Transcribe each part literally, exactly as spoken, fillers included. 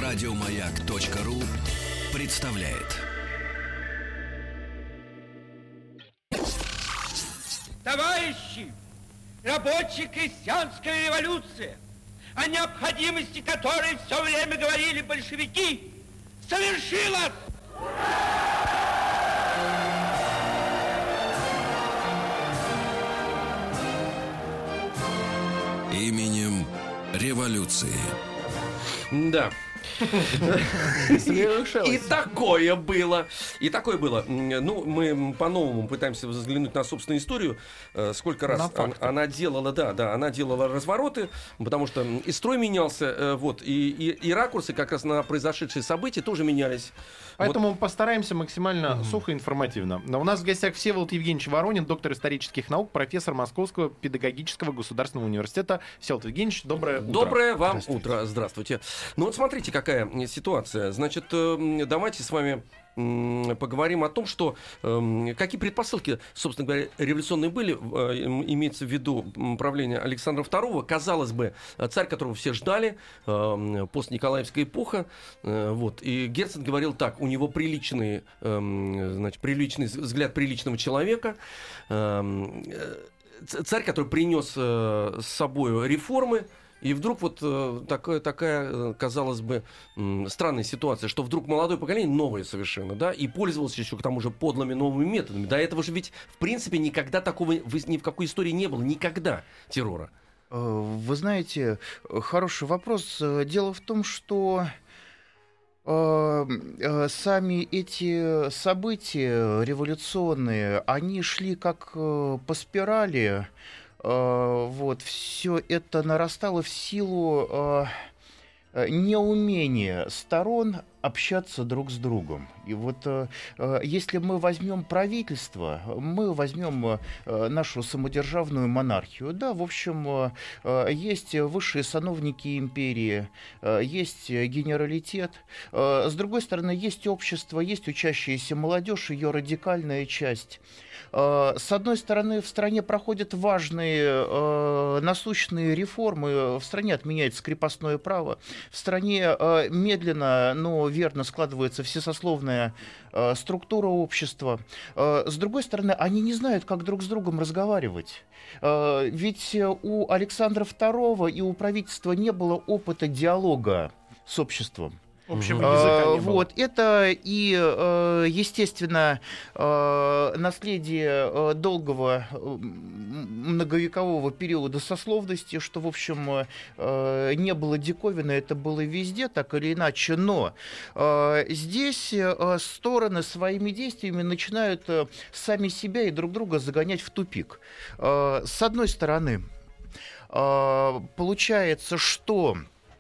Радиомаяк.ру представляет. Товарищи, рабочая крестьянская революция, о необходимости которой все время говорили большевики, совершилась! Именем революции. Да. И такое было. И такое было. Ну, мы по-новому пытаемся взглянуть на собственную историю. Сколько раз она, она делала, да, да, она делала развороты, потому что и строй менялся, вот, и, и, и ракурсы как раз на произошедшие события тоже менялись. Поэтому вот. Постараемся максимально mm-hmm. сухо и информативно. Но у нас в гостях Всеволод Евгеньевич Воронин, доктор исторических наук, профессор Московского педагогического государственного университета. Всеволод Евгеньевич, доброе утро. Доброе вам Здравствуйте. утро. Здравствуйте. Ну вот смотрите, какая ситуация. Значит, давайте с вами поговорим о том, что э, какие предпосылки, собственно говоря, революционные были, э, имеется в виду правление Александра второго. Казалось бы, царь, которого все ждали, э, постниколаевская эпоха, э, вот, и Герцен говорил так: у него приличный, э, значит, приличный взгляд приличного человека, э, царь, который принес э, с собой реформы. И вдруг вот э, такая, такая, казалось бы, э, странная ситуация, что вдруг молодое поколение, новое совершенно, да, и пользовалось еще к тому же подлыми новыми методами. До этого же ведь, в принципе, никогда такого ни в какой истории не было, никогда террора. Вы знаете, хороший вопрос. Дело в том, что э, сами эти события революционные, они шли как э, по спирали. Вот, все это нарастало в силу э, неумения сторон общаться друг с другом. И вот э, если мы возьмем правительство, мы возьмем э, нашу самодержавную монархию, да, в общем, э, есть высшие сановники империи, э, есть генералитет, э, с другой стороны, есть общество, есть учащаяся молодежь, ее радикальная часть. С одной стороны, в стране проходят важные э, насущные реформы, в стране отменяется крепостное право, в стране э, медленно, но верно складывается всесословная э, структура общества. Э, с другой стороны, они не знают, как друг с другом разговаривать. Э, ведь у Александра второго и у правительства не было опыта диалога с обществом. Общего языка не было. Вот, это и, естественно, наследие долгого многовекового периода сословности, что, в общем, не было диковина, это было везде, так или иначе, но здесь стороны своими действиями начинают сами себя и друг друга загонять в тупик. С одной стороны, получается, что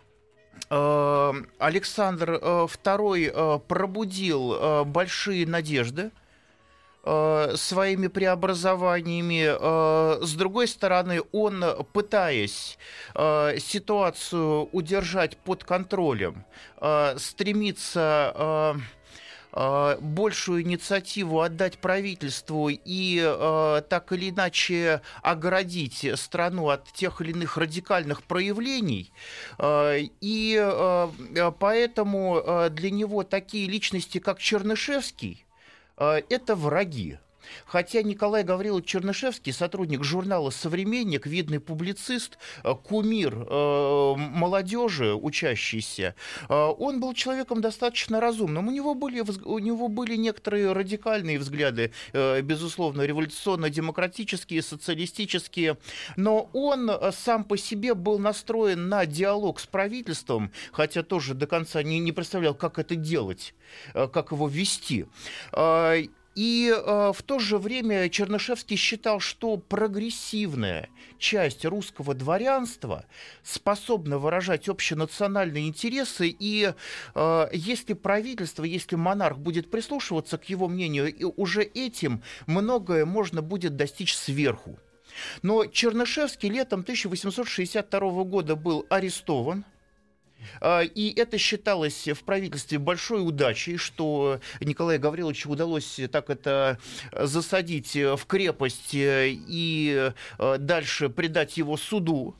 Александр второй пробудил большие надежды своими преобразованиями. С другой стороны, он, пытаясь ситуацию удержать под контролем, стремится большую инициативу отдать правительству и э, так или иначе оградить страну от тех или иных радикальных проявлений. Э, и э, поэтому э, для него такие личности, как Чернышевский, э, это враги. Хотя Николай Гаврилович Чернышевский, сотрудник журнала «Современник», видный публицист, кумир э, молодежи, учащейся, э, он был человеком достаточно разумным. У него были, у него были некоторые радикальные взгляды, э, безусловно, революционно-демократические, социалистические, но он сам по себе был настроен на диалог с правительством, хотя тоже до конца не, не представлял, как это делать, э, как его вести. Э, И э, в то же время Чернышевский считал, что прогрессивная часть русского дворянства способна выражать общенациональные интересы, и э, если правительство, если монарх будет прислушиваться к его мнению, и уже этим многое можно будет достичь сверху. Но Чернышевский летом тысяча восемьсот шестьдесят второго года был арестован. И это считалось в правительстве большой удачей, что Николаю Гавриловичу удалось так это засадить в крепость и дальше предать его суду.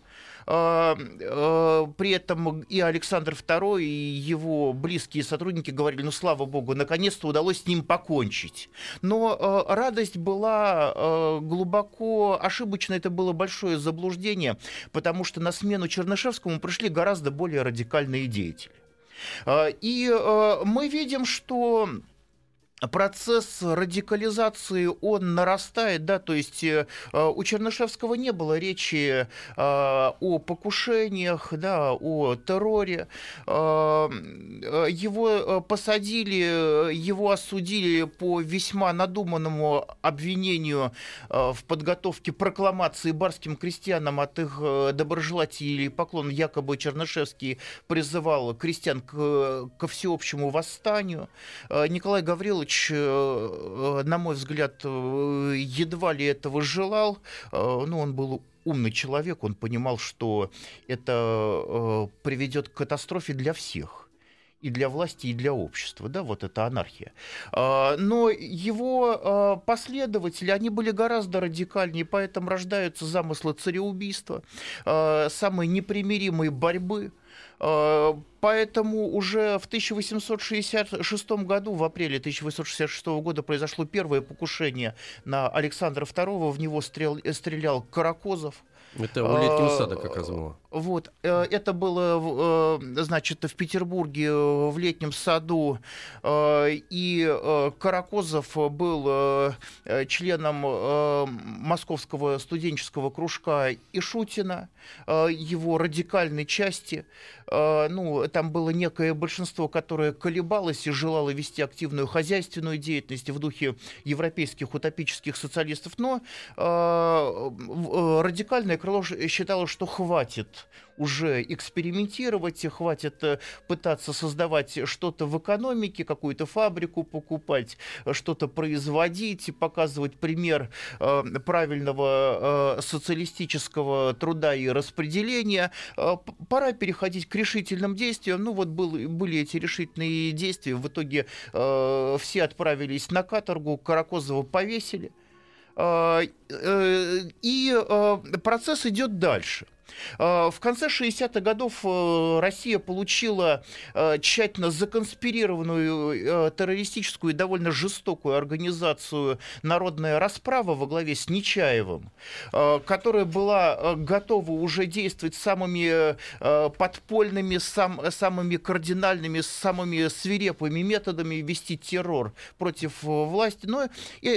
При этом и Александр второй, и его близкие сотрудники говорили, ну, слава богу, наконец-то удалось с ним покончить. Но радость была глубоко ошибочна, это было большое заблуждение, потому что на смену Чернышевскому пришли гораздо более радикальные деятели. И мы видим, что процесс радикализации, он нарастает, да, то есть э, у Чернышевского не было речи э, о покушениях, да, о терроре. Э, его посадили, его осудили по весьма надуманному обвинению э, в подготовке прокламации барским крестьянам от их доброжелателей поклон. Якобы Чернышевский призывал крестьян к, ко всеобщему восстанию. Э, Николай Гаврилович, на мой взгляд, едва ли этого желал. Ну, он был умный человек, он понимал, что это приведет к катастрофе для всех. И для власти, и для общества, да, вот это анархия. Но его последователи, они были гораздо радикальнее, поэтому рождаются замыслы цареубийства, самой непримиримой борьбы. Поэтому уже в тысяча восемьсот шестьдесят шестом году, в апреле тысяча восемьсот шестьдесят шестого года, произошло первое покушение на Александра второго. В него стрелял, стрелял Каракозов. Это у Летнего сада как раз было. Вот. Это было, значит, в Петербурге, в Летнем саду. И Каракозов был членом Московского студенческого кружка Ишутина, его радикальной части. Ну, там было некое большинство, которое колебалось и желало вести активную хозяйственную деятельность в духе европейских утопических социалистов. Но радикальное крыло считало, что хватит уже экспериментировать, хватит пытаться создавать что-то в экономике, какую-то фабрику покупать, что-то производить, показывать пример э, правильного э, социалистического труда и распределения. Э, пора переходить к решительным действиям. Ну вот был, были эти решительные действия. В итоге э, все отправились на каторгу, Каракозова повесили. Э, э, и э, процесс идет дальше. В конце шестидесятых годов Россия получила тщательно законспирированную террористическую и довольно жестокую организацию «Народная расправа» во главе с Нечаевым, которая была готова уже действовать самыми подпольными, сам, самыми кардинальными, самыми свирепыми методами, вести террор против власти. Но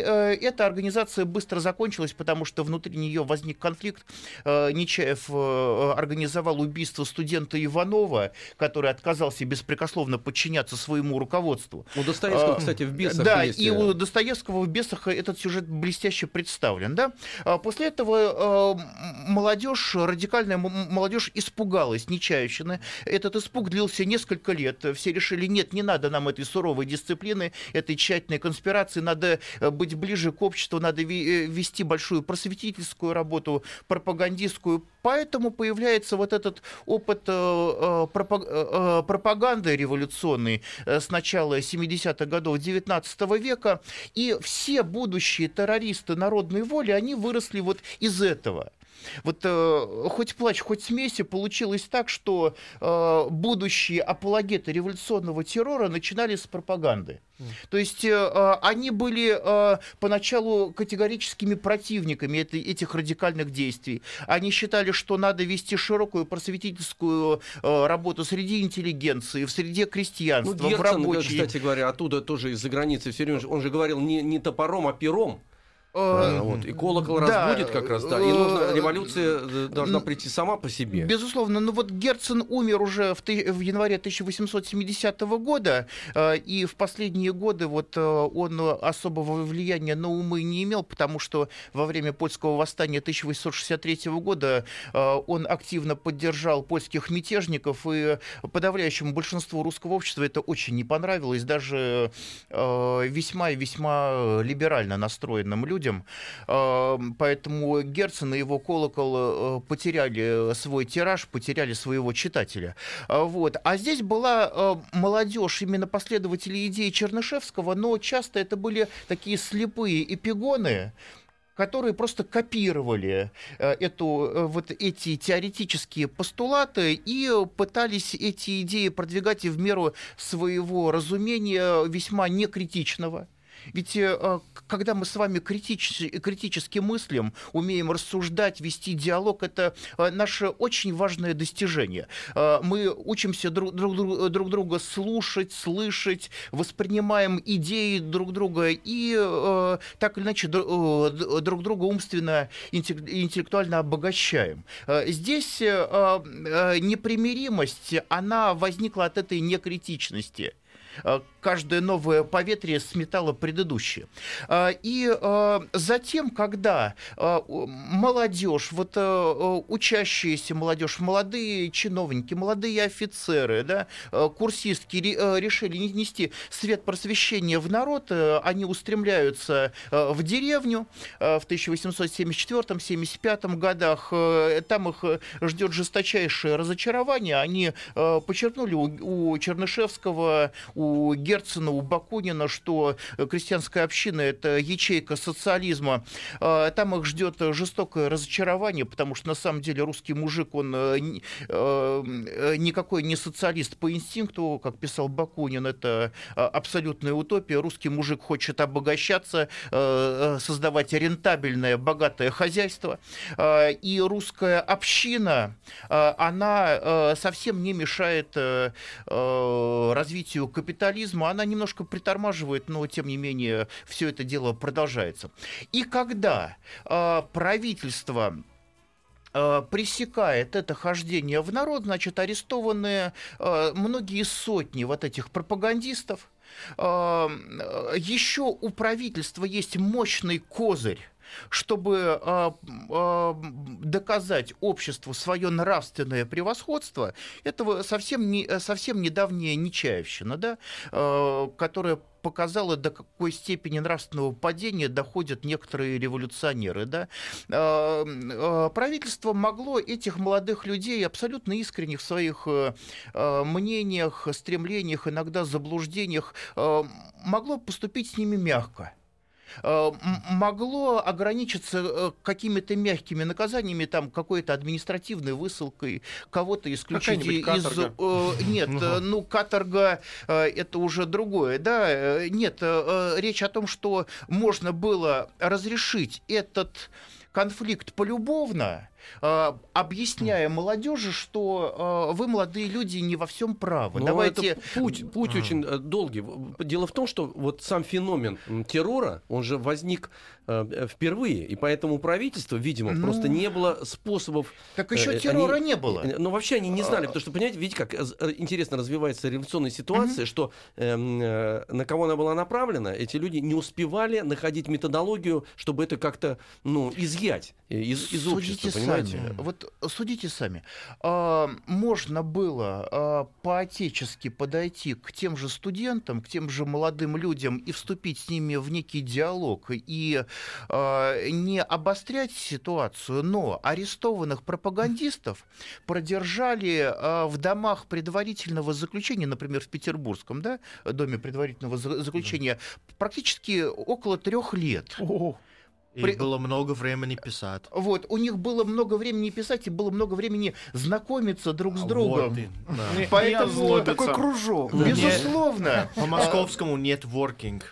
эта организация быстро закончилась, потому что внутри нее возник конфликт. Нечаев организовал убийство студента Иванова, который отказался беспрекословно подчиняться своему руководству. У Достоевского, кстати, в «Бесах» да, есть. И у Достоевского в «Бесах» этот сюжет блестяще представлен. Да? После этого молодежь, радикальная молодежь испугалась Нечаевщины. Этот испуг длился несколько лет. Все решили, нет, не надо нам этой суровой дисциплины, этой тщательной конспирации, надо быть ближе к обществу, надо вести большую просветительскую работу, пропагандистскую. Поэтому появляется вот этот опыт э, пропаг- э, пропаганды революционной э, с начала семидесятых годов девятнадцатого века, и все будущие террористы народной воли, они выросли вот из этого. Вот э, хоть плачь, хоть смейся, получилось так, что э, будущие апологеты революционного террора начинали с пропаганды. Mm. То есть э, они были э, поначалу категорическими противниками этой, этих радикальных действий. Они считали, что надо вести широкую просветительскую э, работу среди интеллигенции, в среде крестьянства, ну, Герцен, в рабочей. кстати говоря, оттуда тоже из-за границы все время, он же говорил не, не топором, а пером. А, вот. И колокол да, разбудит как раз, да. И нужно, революция должна прийти сама по себе. Безусловно. Ну вот Герцен умер уже в, ты, в январе тысяча восемьсот семидесятого года, э, и в последние годы вот э, он особого влияния на умы не имел, потому что во время польского восстания тысяча восемьсот шестьдесят третьего года э, он активно поддержал польских мятежников, и подавляющему большинству русского общества это очень не понравилось, даже э, весьма и весьма либерально настроенным людям. Поэтому Герцен и его колокол потеряли свой тираж, потеряли своего читателя. Вот. А здесь была молодежь, именно последователи идеи Чернышевского, но часто это были такие слепые эпигоны, которые просто копировали эту, вот эти теоретические постулаты и пытались эти идеи продвигать и в меру своего разумения весьма некритичного. Ведь когда мы с вами критически, критически мыслим, умеем рассуждать, вести диалог, это наше очень важное достижение. Мы учимся друг, друг, друг друга слушать, слышать, воспринимаем идеи друг друга и так или иначе друг друга умственно, интеллектуально обогащаем. Здесь непримиримость, она возникла от этой некритичности. Каждое новое поветрие сметало предыдущее. И затем, когда молодежь, вот учащиеся молодежь, молодые чиновники, молодые офицеры, да, курсистки решили нести свет просвещения в народ, они устремляются в деревню в тысяча восемьсот семьдесят четвёртом — семьдесят пятом годах. Там их ждет жесточайшее разочарование. Они почерпнули у Чернышевского, у Герцена, у Бакунина, что крестьянская община — это ячейка социализма. Там их ждет жестокое разочарование, потому что на самом деле русский мужик, он никакой не социалист по инстинкту, как писал Бакунин, это абсолютная утопия. Русский мужик хочет обогащаться, создавать рентабельное, богатое хозяйство. И русская община, она совсем не мешает развитию капитализма, она немножко притормаживает, но тем не менее все это дело продолжается. И когда э, правительство э, пресекает это хождение в народ, значит, арестованы э, многие сотни вот этих пропагандистов. Э, еще у правительства есть мощный козырь, чтобы э, э, доказать обществу свое нравственное превосходство. Это совсем, не, совсем недавняя Нечаевщина, да, э, которая показала, до какой степени нравственного падения доходят некоторые революционеры. Да. Э, э, правительство могло этих молодых людей абсолютно искренне в своих э, мнениях, стремлениях, иногда заблуждениях, э, могло поступить с ними мягко. Могло ограничиться какими-то мягкими наказаниями, там, какой-то административной высылкой, кого-то исключить из... Э, нет, угу. ну, каторга э, это уже другое, да. Нет, э, речь о том, что можно было разрешить этот конфликт полюбовно, э, объясняя молодежи, что э, вы, молодые люди, не во всем правы. Но Давайте... это путь, путь mm. очень долгий. Дело в том, что вот сам феномен террора, он же возник э, впервые, и поэтому правительство, видимо, ну... просто не было способов... Так еще э, террора они, не было. Ну, вообще они не знали, потому что, понимаете, видите, как интересно развивается революционная ситуация, mm-hmm. что э, э, на кого она была направлена, эти люди не успевали находить методологию, чтобы это как-то, ну, изъять из, из общества, понимаете? Сами. Вот судите сами. А, можно было а, по-отечески подойти к тем же студентам, к тем же молодым людям и вступить с ними в некий диалог и а, не обострять ситуацию, но арестованных пропагандистов продержали а, в домах предварительного заключения, например, в Петербургском, да, доме предварительного заключения, mm. практически около трех лет. Oh. И При... было много времени писать. Вот, у них было много времени писать, и было много времени знакомиться друг с другом. Вот, да. Поэтому такой кружок. Да. Безусловно. По-московскому нет working.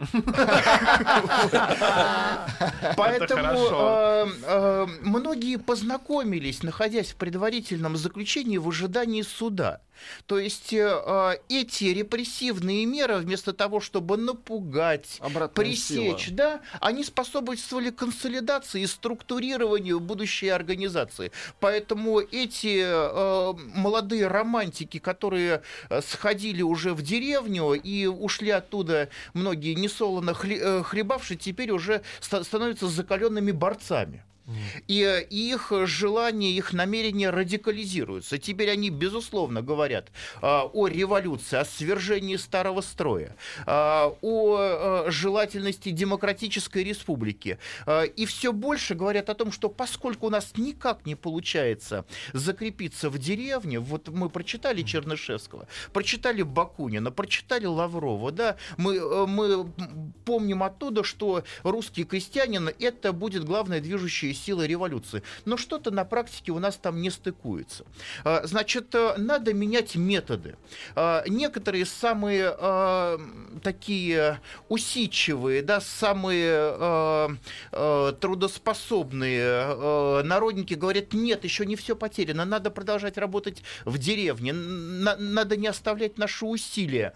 Поэтому э, э, многие познакомились, находясь в предварительном заключении в ожидании суда. То есть э, эти репрессивные меры, вместо того, чтобы напугать, обратная пресечь, сила. Да, они способствовали консолидации и структурированию будущей организации. Поэтому эти э, молодые романтики, которые сходили уже в деревню и ушли оттуда, многие несолоно хлебавшие, теперь уже становятся закаленными борцами. И, и их желания, их намерения радикализируются. Теперь они, безусловно, говорят а, о революции, о свержении старого строя, а, о а, желательности демократической республики. А, и все больше говорят о том, что поскольку у нас никак не получается закрепиться в деревне, вот мы прочитали Чернышевского, прочитали Бакунина, прочитали Лаврова, да, мы, мы помним оттуда, что русский крестьянин — это будет главная движущая сила революции. Но что-то на практике у нас там не стыкуется. Значит, надо менять методы. Некоторые самые такие усидчивые, да, самые трудоспособные народники говорят: нет, еще не все потеряно, надо продолжать работать в деревне, надо не оставлять наши усилия.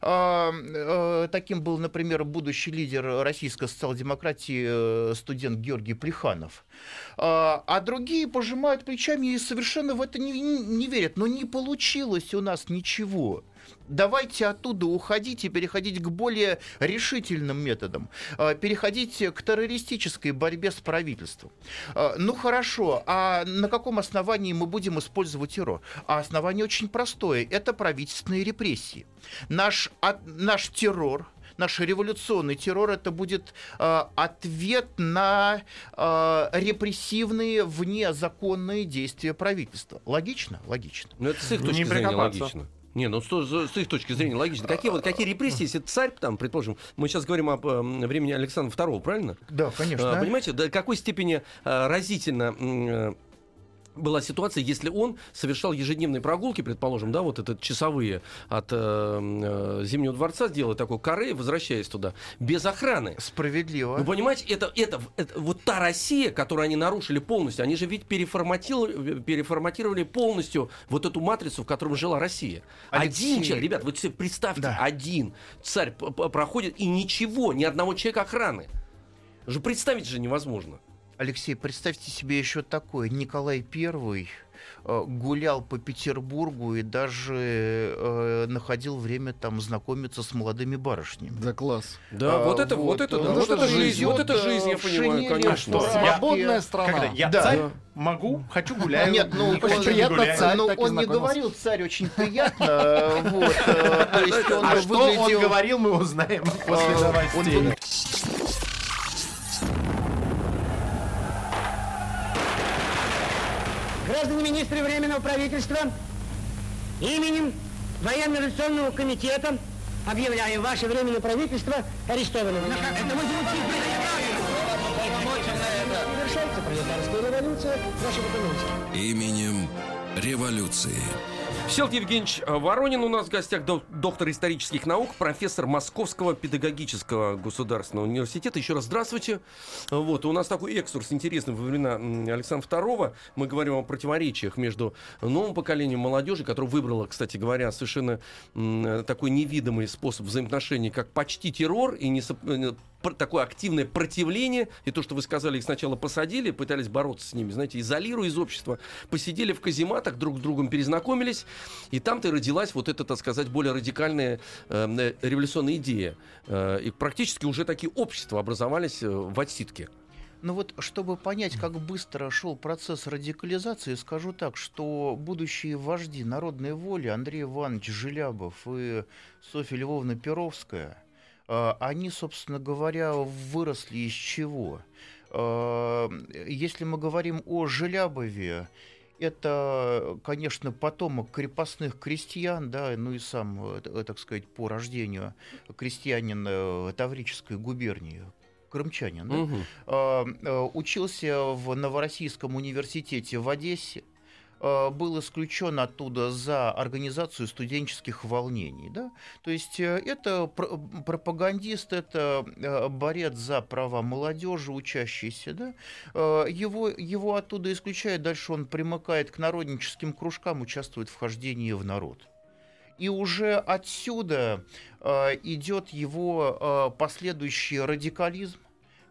Таким был, например, будущий лидер российской социал-демократии, студент Георгий Плеханов. А другие пожимают плечами и совершенно в это не, не верят. Но не получилось у нас ничего. Давайте оттуда уходить и переходить к более решительным методам, переходить к террористической борьбе с правительством. Ну хорошо, а на каком основании мы будем использовать террор? А основание очень простое. Это правительственные репрессии. Наш, от, наш террор, наш революционный террор — это будет э, ответ на э, репрессивные, внезаконные действия правительства. Логично? Логично. Ну, это с их точки зрения логично. Не, ну с, с их точки зрения логично. Какие, вот, какие репрессии, если царь, там, предположим, мы сейчас говорим об э, времени Александра второго, правильно? Да, конечно. А, понимаете, до какой степени э, разительно... Э, была ситуация, если он совершал ежедневные прогулки, предположим, да, вот это часовые от э, э, Зимнего дворца, делая такой каре, возвращаясь туда, без охраны. Справедливо. Вы понимаете, это, это, это вот та Россия, которую они нарушили полностью, они же ведь переформатировали, переформатировали полностью вот эту матрицу, в которой жила Россия. Алексей... Один человек, ребят, вы себе представьте, да. один царь проходит, и ничего, ни одного человека охраны. Же представить же невозможно. Алексей, представьте себе еще такое. Николай Первый э, гулял по Петербургу и даже э, находил время там знакомиться с молодыми барышнями. Да, класс. Да, а, вот это, вот, вот это, да, вот это жизнь, вот это жизнь, я понимаю, конечно. Свободная страна. Когда я да. царь, могу, хочу, гуляю. Нет, ну, хочу, он, приятно, гуляю. царь, Ну, так и он не знакомился. говорил «царь» очень приятно. Вот, то есть он А что он выглядел... говорил, мы узнаем после новостей. Граждане министры Временного правительства, именем Военно-революционного комитета объявляю ваше Временное правительство арестованным. Завершается пролетарская революция нашего экономики. Именем революции. Всеволод Евгеньевич Воронин у нас в гостях, доктор исторических наук, профессор Московского педагогического государственного университета. Еще раз здравствуйте. Вот, у нас такой экскурс интересный во времена Александра второго. Мы говорим о противоречиях между новым поколением молодежи, которое выбрало, кстати говоря, совершенно м, такой невидимый способ взаимоотношений, как почти террор и не такое активное противление, и то, что вы сказали, их сначала посадили, пытались бороться с ними, знаете, изолируя из общества, посидели в казематах, друг с другом перезнакомились, и там-то и родилась вот эта, так сказать, более радикальная э, революционная идея. Э, и практически уже такие общества образовались э, в отсидке. Ну вот, чтобы понять, как быстро шел процесс радикализации, скажу так, что будущие вожди народной воли Андрей Иванович Желябов и Софья Львовна Перовская, они, собственно говоря, выросли из чего? Если мы говорим о Желябове, это, конечно, потомок крепостных крестьян, да, ну и сам, так сказать, по рождению крестьянин Таврической губернии, крымчанин, да? Угу. Учился в Новороссийском университете в Одессе, был исключен оттуда за организацию студенческих волнений. Да? То есть это пропагандист, это борец за права молодежи, учащийся. Да? Его, его оттуда исключают, дальше он примыкает к народническим кружкам, участвует в хождении в народ. И уже отсюда идет его последующий радикализм,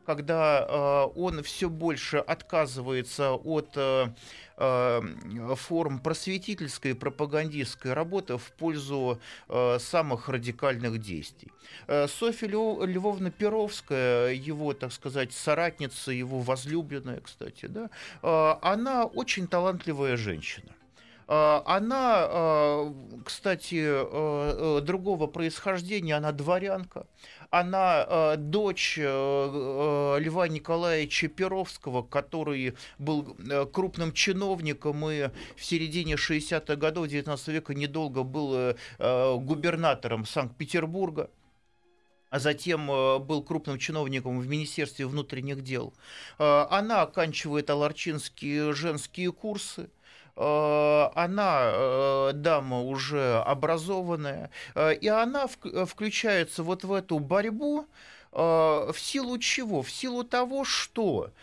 когда э, он все больше отказывается от э, э, форм просветительской и пропагандистской работы в пользу э, самых радикальных действий. Э, Софья Львовна Перовская, его, так сказать, соратница, его возлюбленная, кстати, да, э, она очень талантливая женщина. Она, кстати, другого происхождения, она дворянка. Она дочь Льва Николаевича Перовского, который был крупным чиновником и в середине шестидесятых годов девятнадцатого века недолго был губернатором Санкт-Петербурга, а затем был крупным чиновником в Министерстве внутренних дел. Она оканчивает Аларчинские женские курсы. Она дама уже образованная, и она включается вот в эту борьбу в силу чего? В силу того, что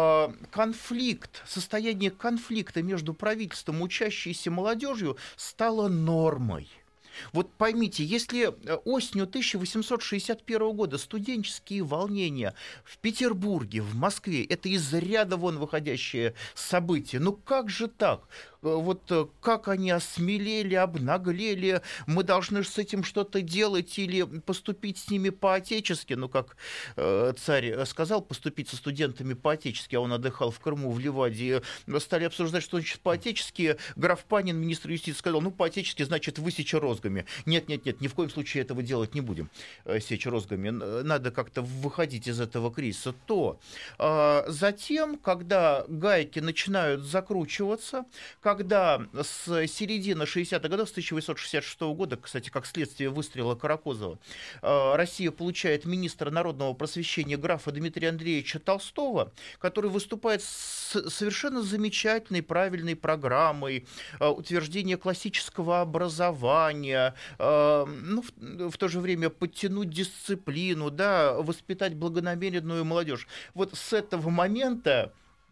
конфликт, состояние конфликта между правительством и учащейся молодежью стало нормой. Вот поймите, если осенью тысяча восемьсот шестьдесят первого года студенческие волнения в Петербурге, в Москве, это из ряда вон выходящее событие, ну как же так? Вот как они осмелели, обнаглели, мы должны с этим что-то делать или поступить с ними по-отечески, ну, как э, царь сказал, поступить со студентами по-отечески, а он отдыхал в Крыму, в Ливаде, стали обсуждать, что значит по-отечески, граф Панин, министр юстиции, сказал, ну, по-отечески значит высечь розгами. Нет, нет, нет, ни в коем случае этого делать не будем, э, сечь розгами, надо как-то выходить из этого кризиса. То э, затем, когда гайки начинают закручиваться, когда с середины шестидесятых годов, с тысяча восемьсот шестьдесят шестого года, кстати, как следствие выстрела Каракозова, Россия получает министра народного просвещения графа Дмитрия Андреевича Толстого, который выступает с совершенно замечательной, правильной программой утверждения классического образования, ну, в, в то же время подтянуть дисциплину, да, воспитать благонамеренную молодежь. Вот с этого момента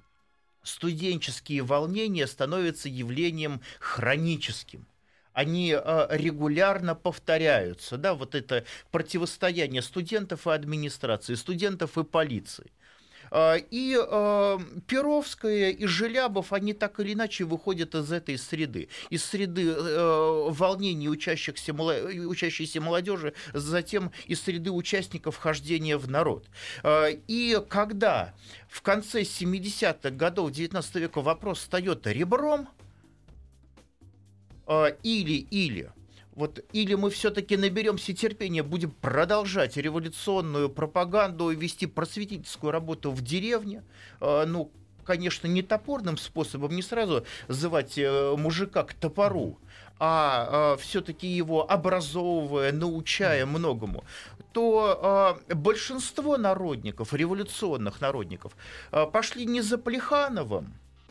студенческие волнения становятся явлением хроническим. Они э, регулярно повторяются. Да, вот это противостояние студентов и администрации, студентов и полиции. Э, и э, Перовская и Желябов, они так или иначе выходят из этой среды. Из среды э, волнений учащихся, учащейся молодежи, затем из среды участников хождения в народ. Э, и когда в конце семидесятых годов девятнадцатого века вопрос встает ребром, или-или, вот, или мы все-таки наберемся терпения, будем продолжать революционную пропаганду и вести просветительскую работу в деревне, ну, конечно, не топорным способом, не сразу звать мужика к топору, а, а все-таки его образовывая, научая многому, то а, большинство народников, революционных народников, а, пошли не за Плехановым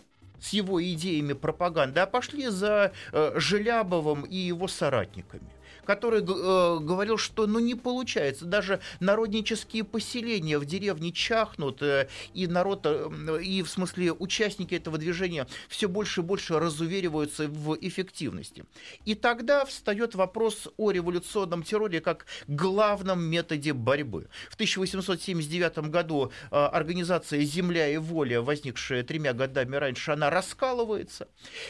с его идеями пропаганды, а пошли за а, Желябовым и его соратниками, который э, говорил, что ну, не получается, даже народнические поселения в деревне чахнут, э, и народ, э, и в смысле участники этого движения все больше и больше разувериваются в эффективности. И тогда встает вопрос о революционном терроре как главном методе борьбы. В тысяча восемьсот семьдесят девятом году э, организация «Земля и воля», возникшая тремя годами раньше, она раскалывается.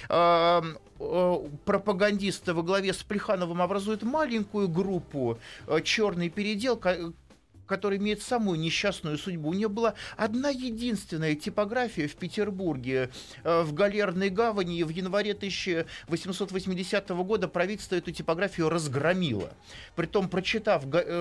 Э, э, пропагандисты во главе с Плехановым образуют маленькую группу «Черный передел», которая имеет самую несчастную судьбу. У нее была одна единственная типография в Петербурге, в Галерной гавани, и в январе тысяча восемьсот восьмидесятого года правительство эту типографию разгромило. Притом, прочитав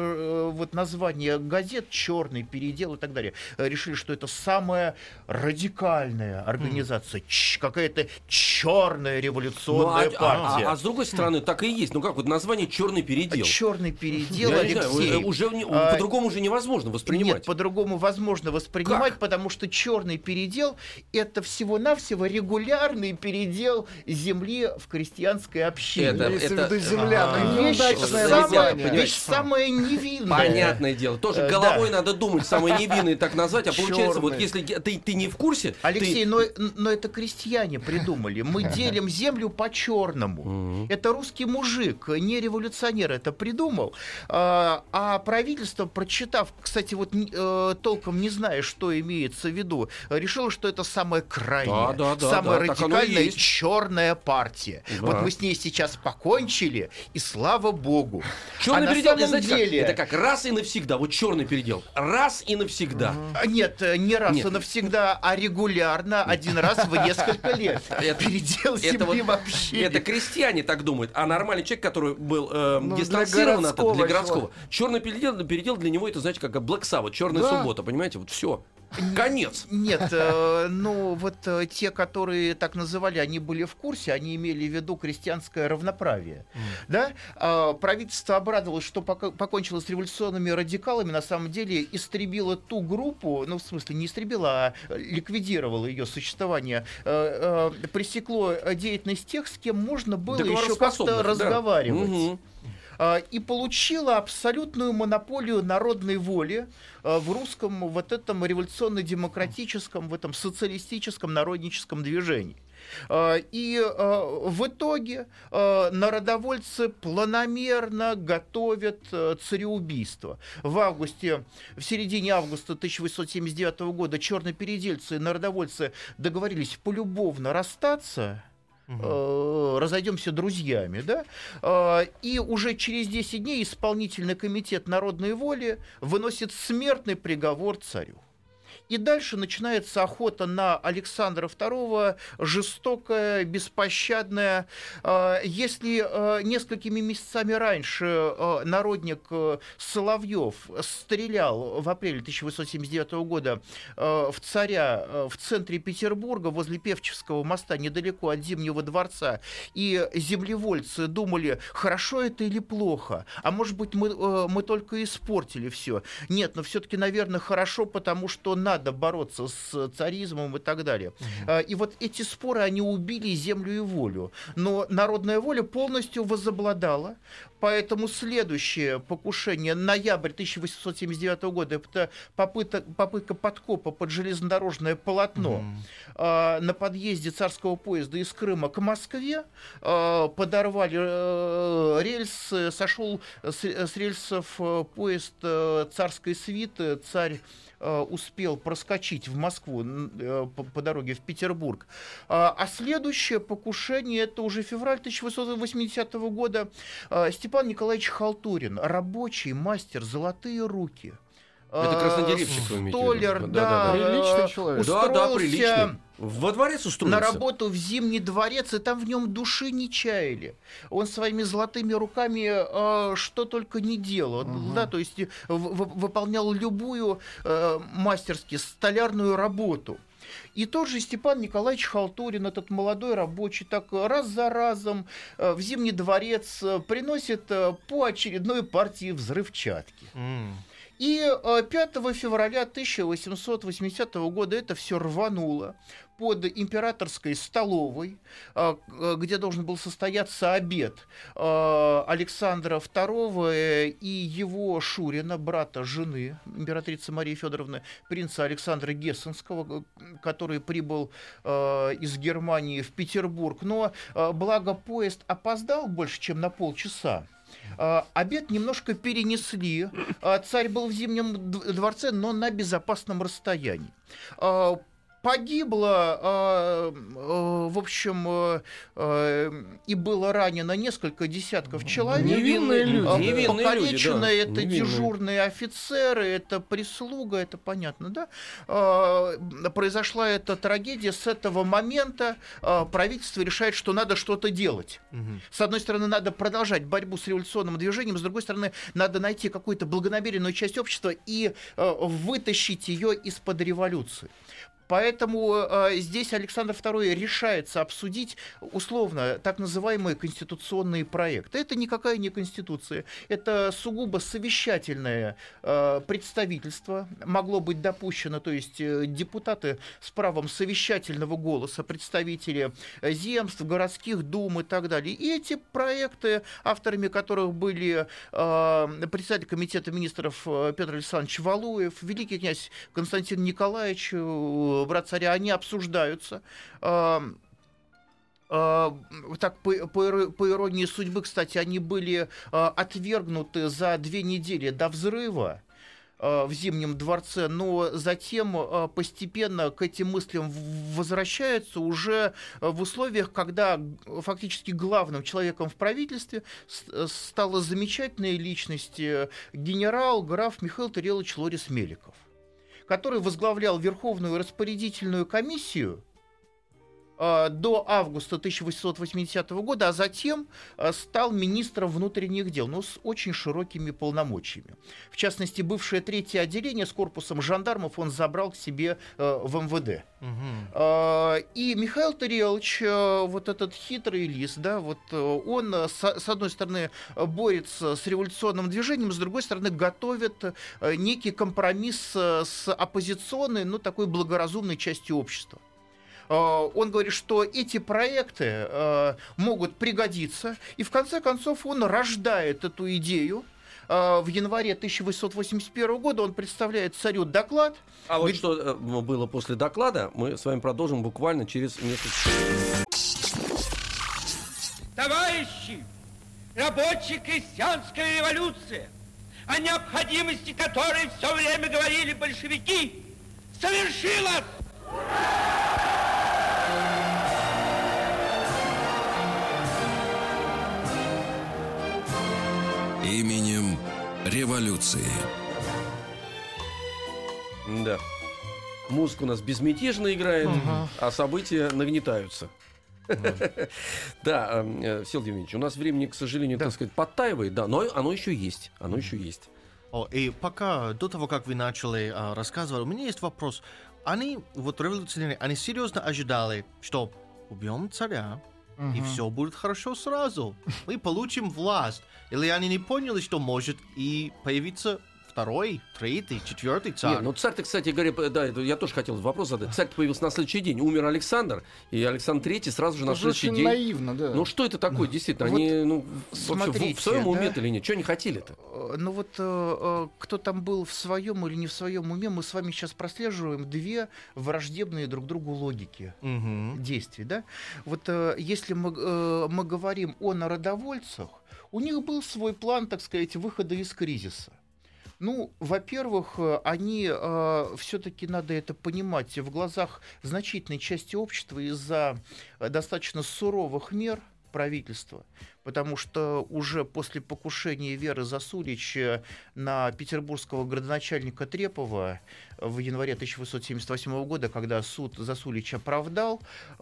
вот название газет «Черный передел» и так далее, решили, что это самая радикальная организация, mm. какая-то черная революционная ну, а, партия. А, а, а с другой стороны, так и есть. Ну как, вот название «Черный передел». «Черный передел», Я Алексей. Не знаю, уже а, по-другому уже невозможно воспринимать. Нет, по-другому возможно воспринимать, как? Потому что черный передел — это всего-навсего регулярный передел земли в крестьянской общине. Это, это... земля. А, вещь, самая, вещь самая невинная. Понятное дело. Тоже головой да. надо думать, самое невинное так назвать. А получается, Черный. вот если ты, ты не в курсе... Алексей, ты... но, но это крестьяне придумали. Мы делим землю по-черному. Это русский мужик, не революционер, это придумал. А, а правительство прочитало посчитав, кстати, вот э, толком не зная, что имеется в виду, решила, что это самая крайняя, да, да, да, самая да, радикальная черная партия. Да. Вот мы с ней сейчас покончили, и слава богу. Черный а передел, на самом знаете деле... как? Это как раз и навсегда. Вот черный передел. Раз и навсегда. Нет, не раз Нет. и навсегда, а регулярно, один раз в несколько лет. Это- Передел Это, земли вот, вообще. это крестьяне так думают, а нормальный человек, который был э, Ну, для дистанцирован от этого, для городского городского, черный передел, передел для него это, знаете, как Black Sabbath, черная Да. суббота, понимаете, вот все, конец. Нет, э, ну вот э, те, которые так называли, они были в курсе, они имели в виду крестьянское равноправие. Да? А, правительство обрадовалось, что пока- покончило с революционными радикалами, на самом деле истребило ту группу, ну в смысле не истребило, а ликвидировало ее существование, э, э, пресекло деятельность тех, с кем можно было еще как-то Договороспособных, да. разговаривать. Мгм. А, и получила абсолютную монополию народной воли а, в русском вот этом революционно-демократическом, в этом социалистическом народническом движении. А, И а, в итоге а, народовольцы планомерно готовят а, цареубийство. В августе, в середине августа тысяча восемьсот семьдесят девятого года чернопередельцы и народовольцы договорились полюбовно расстаться. Э, разойдемся друзьями, да, Э, и уже через десять дней исполнительный комитет народной воли выносит смертный приговор царю. И дальше начинается охота на Александра второго, жестокая, беспощадная. Э, Если э, несколькими месяцами раньше э, народник э, Соловьев стрелял в апреле тысяча восемьсот семьдесят девятого года э, в царя э, в центре Петербурга, возле Певческого моста, недалеко от Зимнего дворца, и землевольцы думали, хорошо это или плохо, а может быть мы, э, мы только испортили все. Нет, но все-таки, наверное, хорошо, потому что надо бороться с царизмом и так далее. Угу. И вот эти споры, они убили землю и волю. Но народная воля полностью возобладала. Поэтому следующее покушение, ноябрь тысяча восемьсот семьдесят девятого года, это попытка, попытка подкопа под железнодорожное полотно mm. э, на подъезде царского поезда из Крыма к Москве. Э, подорвали э, рельсы, сошел с, с рельсов поезд э, царской свиты, царь успел проскочить в Москву по, по дороге в Петербург. А следующее покушение, это уже февраль тысяча восемьсот восьмидесятого года. Степан Николаевич Халтурин, рабочий, мастер, золотые руки. Это краснодеревщик, вы имеете в виду? Столер, да, да, да, приличный человек. Да, да, приличный. Во дворец устроился. На работу в Зимний дворец, и там в нем души не чаяли. Он своими золотыми руками э, что только не делал. Угу. Да, то есть в, в, выполнял любую э, мастерски столярную работу. И тот же Степан Николаевич Халтурин, этот молодой рабочий, так раз за разом э, в Зимний дворец э, приносит э, по очередной партии взрывчатки. Mm. И пятого февраля тысяча восемьсот восьмидесятого года это все рвануло под императорской столовой, где должен был состояться обед Александра второго и его Шурина, брата жены императрицы Марии Федоровны, принца Александра Гессенского, который прибыл из Германии в Петербург. Но благо поезд опоздал больше, чем на полчаса. Обед немножко перенесли. Царь был в Зимнем дворце, но на безопасном расстоянии. Погибло, в общем, и было ранено несколько десятков человек. Невинные люди. Невинные Покалечены, люди, да. это Невинные. Дежурные офицеры, это прислуга, это понятно, да? Произошла эта трагедия. С этого момента правительство решает, что надо что-то делать. Угу. С одной стороны, надо продолжать борьбу с революционным движением, с другой стороны, надо найти какую-то благонамеренную часть общества и вытащить ее из-под революции. Поэтому э, здесь Александр второй решается обсудить условно так называемые конституционные проекты. Это никакая не конституция, это сугубо совещательное э, представительство могло быть допущено, то есть э, депутаты с правом совещательного голоса, представители земств, городских дум и так далее. И эти проекты, авторами которых были э, председатель комитета министров Петр Александрович Валуев, великий князь Константин Николаевич, брат царя, они обсуждаются. Э, э, так, по, по, по иронии судьбы, кстати, они были э, отвергнуты за две недели до взрыва. в Зимнем дворце, но затем постепенно к этим мыслям возвращается уже в условиях, когда фактически главным человеком в правительстве стала замечательная личность генерал, граф Михаил Тарелович Лорис Меликов, который возглавлял Верховную распорядительную комиссию до августа тысяча восемьсот восьмидесятого года, а затем стал министром внутренних дел, но с очень широкими полномочиями. В частности, бывшее третье отделение с корпусом жандармов он забрал к себе в эм вэ дэ. Угу. И Михаил Тарелович, вот этот хитрый лис, да, вот он, с одной стороны, борется с революционным движением, с другой стороны, готовит некий компромисс с оппозиционной, ну, такой благоразумной частью общества. Он говорит, что эти проекты э, могут пригодиться, и в конце концов он рождает эту идею. Э, в январе тысяча восемьсот восемьдесят первого года он представляет царю доклад. А вот что было после доклада, мы с вами продолжим буквально через несколько секунд. Товарищи, рабоче-крестьянская революция, о необходимости которой все время говорили большевики, совершилась! Именем революции. Да. Музыка у нас безмятежно играет, uh-huh. а события нагнетаются. Uh-huh. Да, Всеволод Евгеньевич, у нас времени, к сожалению, да. так сказать, подтаивает, да, но оно еще есть. Оно еще есть. О, и пока, до того, как вы начали а, рассказывать, у меня есть вопрос. Они, вот революционеры, они серьезно ожидали, что убьем царя, uh-huh. и все будет хорошо сразу. Мы получим власть. Или они не поняли, что может и появиться второй, третий, четвертый царь. Нет, ну царь-то, кстати говоря, да, я тоже хотел вопрос задать. Царь появился на следующий день. Умер Александр, и Александр Третий сразу же на следующий день. Наивно, да. Ну что это такое, действительно? Вот они ну, смотрите, в, в своем да? уме или нет? Что они хотели-то? Ну вот э, кто там был в своем или не в своем уме, мы с вами сейчас прослеживаем две враждебные друг другу логики угу. действий. Да? Вот э, если мы, э, мы говорим о народовольцах, у них был свой план, так сказать, выхода из кризиса. Ну, во-первых, они э, все-таки, надо это понимать, в глазах значительной части общества из-за достаточно суровых мер правительства, потому что уже после покушения Веры Засулич на петербургского градоначальника Трепова в январе тысяча восемьсот семьдесят восьмого года, когда суд Засулича оправдал,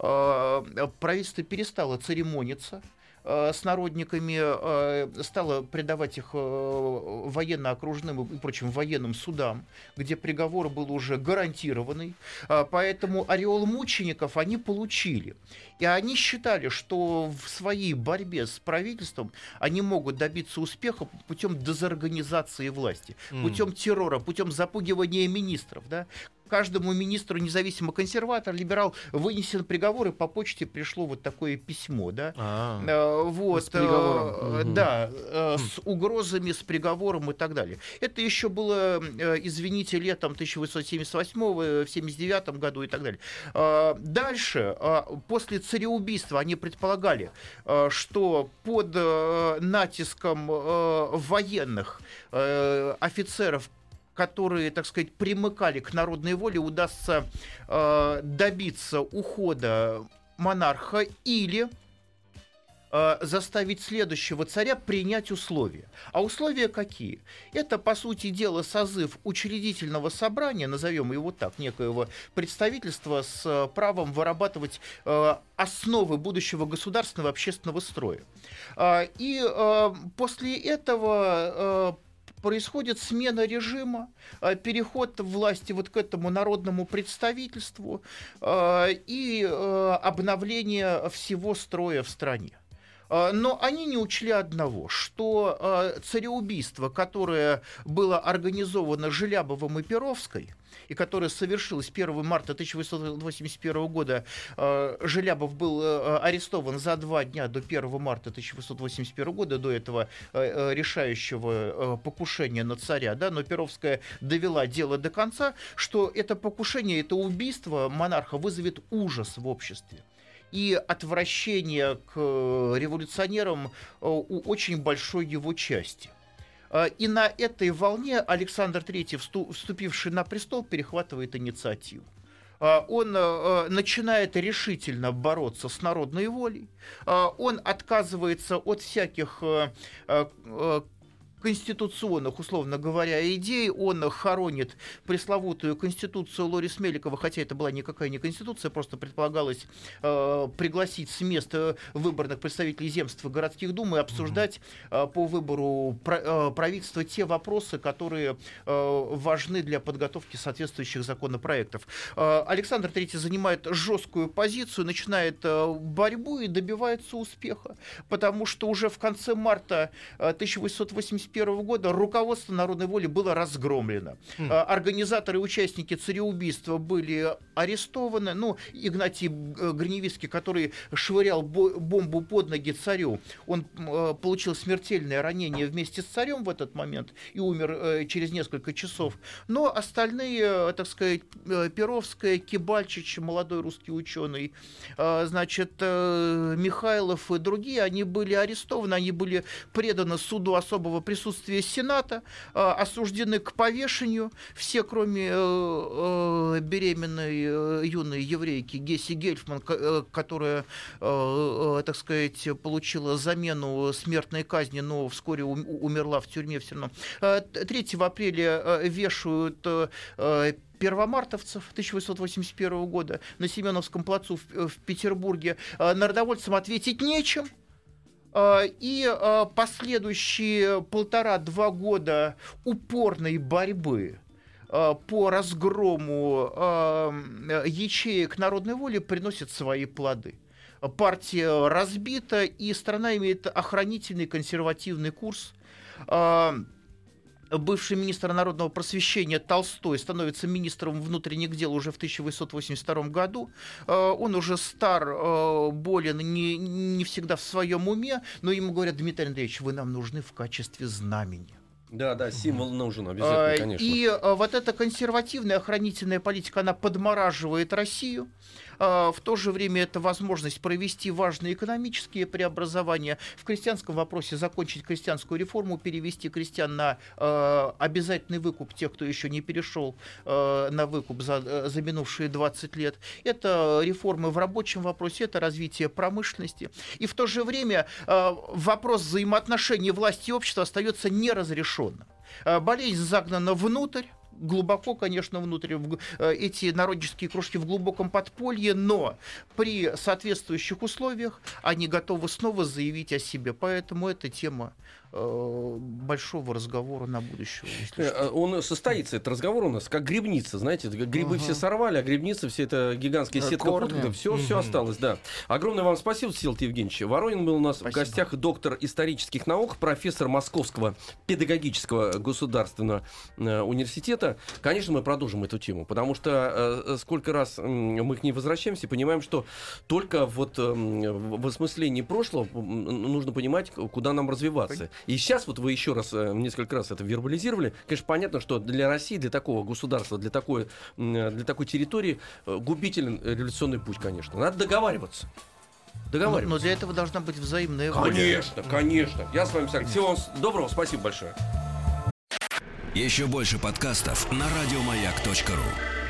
э, правительство перестало церемониться с народниками, стала предавать их военно-окружным и прочим военным судам, где приговор был уже гарантированный. Поэтому ореол мучеников они получили. И они считали, что в своей борьбе с правительством они могут добиться успеха путем дезорганизации власти, путем террора, путем запугивания министров. Да? Каждому министру, независимо консерватор, либерал, вынесен приговор, и по почте пришло вот такое письмо, да, а, вот, с приговором, э, да, э, с угрозами, с приговором и так далее. Это еще было, э, извините, летом тысяча восемьсот семьдесят восьмого, в семьдесят девятом году и так далее. Э, дальше, э, после цареубийства, они предполагали, э, что под э, натиском э, военных э, офицеров, которые, так сказать, примыкали к народной воле, удастся э, добиться ухода монарха или э, заставить следующего царя принять условия. А условия какие? Это, по сути дела, созыв учредительного собрания, назовем его так, некоего представительства с правом вырабатывать э, основы будущего государственного общественного строя. Э, и э, после этого э, происходит смена режима, переход власти вот к этому народному представительству и обновление всего строя в стране. Но они не учли одного, что цареубийство, которое было организовано Желябовым и Перовской, и которое совершилось первого марта тысяча восемьсот восемьдесят первого года, Желябов был арестован за два дня до первого марта тысяча восемьсот восемьдесят первого года, до этого решающего покушения на царя, да, но Перовская довела дело до конца, что это покушение, это убийство монарха вызовет ужас в обществе и отвращение к революционерам у очень большой его части. И на этой волне Александр третий, вступивший на престол, перехватывает инициативу. Он начинает решительно бороться с народной волей. Он отказывается от всяких конституционных, условно говоря, идей. Он хоронит пресловутую конституцию Лорис Меликова, хотя это была никакая не конституция, просто предполагалось э, пригласить с места выборных представителей земств и городских дум и обсуждать э, по выбору про, э, правительства те вопросы, которые э, важны для подготовки соответствующих законопроектов. Э, Александр третий занимает жесткую позицию, начинает э, борьбу и добивается успеха, потому что уже в конце марта тысяча восемьсот восемьдесят первого года руководство народной воли было разгромлено. Mm. Организаторы и участники цареубийства были арестованы. Ну, Игнатий Гриневицкий, который швырял бомбу под ноги царю, он э, получил смертельное ранение вместе с царем в этот момент и умер э, через несколько часов. Но остальные, э, так сказать, э, Перовская, Кибальчич, молодой русский ученый, э, значит, э, Михайлов и другие, они были арестованы, они были преданы суду особого присутствия Сената, э, осуждены к повешению. Все, кроме э, э, беременной э, юной еврейки Гесси Гельфман, э, которая, э, э, так сказать, получила замену смертной казни, но вскоре ум, умерла в тюрьме все равно. Э, третьего апреля э, вешают э, первомартовцев тысяча восемьсот восемьдесят первого года на Семеновском плацу в, в Петербурге. Э, народовольцам ответить нечем. И последующие полтора-два года упорной борьбы по разгрому ячеек народной воли приносят свои плоды. Партия разбита, и страна имеет охранительный консервативный курс. Бывший министр народного просвещения Толстой становится министром внутренних дел уже в тысяча восемьсот восемьдесят втором году. Он уже стар, болен, не, не всегда в своем уме, но ему говорят: Дмитрий Андреевич, вы нам нужны в качестве знамени. Да, да, символ нужен обязательно, конечно. И вот эта консервативная охранительная политика, она подмораживает Россию. В то же время это возможность провести важные экономические преобразования. В крестьянском вопросе закончить крестьянскую реформу, перевести крестьян на э, обязательный выкуп тех, кто еще не перешел э, на выкуп за, за минувшие двадцать лет. Это реформы в рабочем вопросе, это развитие промышленности. И в то же время э, вопрос взаимоотношений власти и общества остается неразрешенным. Э, болезнь загнана внутрь. Глубоко, конечно, внутрь, эти народнические кружки в глубоком подполье, но при соответствующих условиях они готовы снова заявить о себе. Поэтому эта тема э, большого разговора на будущее. Он состоится, этот разговор у нас, как грибница, знаете, грибы uh-huh. все сорвали, а грибница, все это гигантская сетка продуктов, все, uh-huh. все осталось, да. Огромное вам спасибо, Всеволод Евгеньевич. Воронин был у нас спасибо. В гостях, доктор исторических наук, профессор Московского педагогического государственного университета. Конечно, мы продолжим эту тему, потому что э, сколько раз э, мы к ней возвращаемся, понимаем, что только вот э, в осмыслении прошлого нужно понимать, куда нам развиваться. И сейчас вот вы еще раз, э, несколько раз это вербализировали. Конечно, понятно, что для России, для такого государства, для такой, э, для такой территории э, губителен революционный путь, конечно. Надо договариваться. Договариваться. Но, но для этого должна быть взаимная воля. Конечно, конечно. Я с вами согласен. Всего вам доброго, спасибо большое. Еще больше подкастов на радиомаяк точка ру.